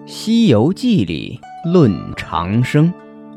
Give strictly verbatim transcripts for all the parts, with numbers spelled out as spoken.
西游记里论长生。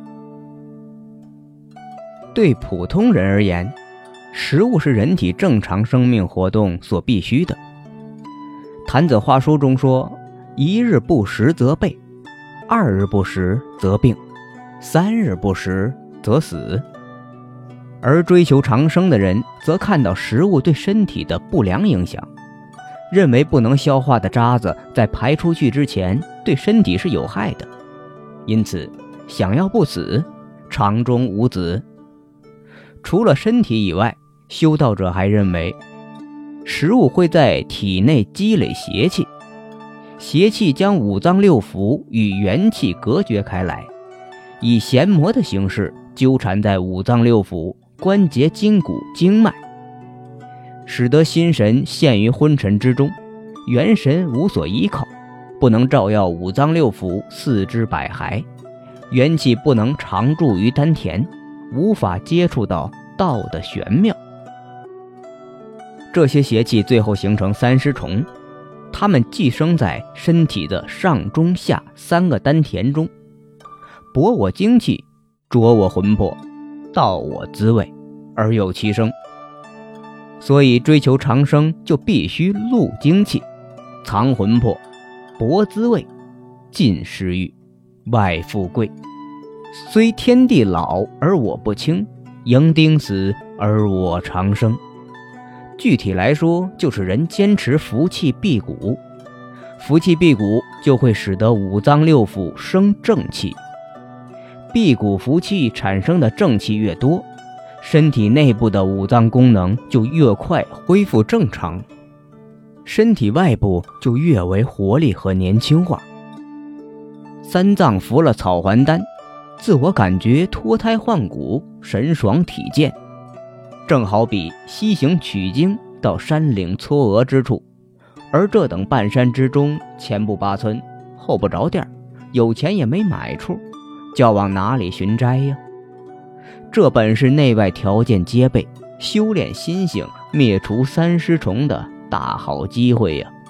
对普通人而言，食物是人体正常生命活动所必须的。坛子话书中说，一日不食则备，二日不食则病，三日不食则死。而追求长生的人则看到食物对身体的不良影响，认为不能消化的渣子在排出去之前对身体是有害的，因此想要不死，肠中无子。除了身体以外，修道者还认为食物会在体内积累邪气，邪气将五脏六腑与元气隔绝开来，以弦魔的形式纠缠在五脏六腑、关节、筋骨、经脉，使得心神陷于昏沉之中，元神无所依靠，不能照耀五脏六腑、四肢百骸，元气不能常驻于丹田，无法接触到道的玄妙。这些邪气最后形成三尸虫，它们寄生在身体的上中下三个丹田中，博我精气，灼我魂魄，盗我滋味，而有其生。所以追求长生就必须录精气，藏魂魄，博滋味，尽食欲，外富贵。虽天地老而我不轻，迎丁死而我长生。具体来说，就是人坚持服气辟谷，服气辟谷就会使得五脏六腑生正气，辟谷服气产生的正气越多，身体内部的五脏功能就越快恢复正常，身体外部就越为活力和年轻化。三藏服了草还丹，自我感觉脱胎换骨，神爽体健，正好比西行取经到山岭嵯峨之处，而这等半山之中，前不八村，后不着店，有钱也没买处，叫往哪里寻斋呀？这本是内外条件皆备，修炼心性，灭除三尸虫的大好机会呀！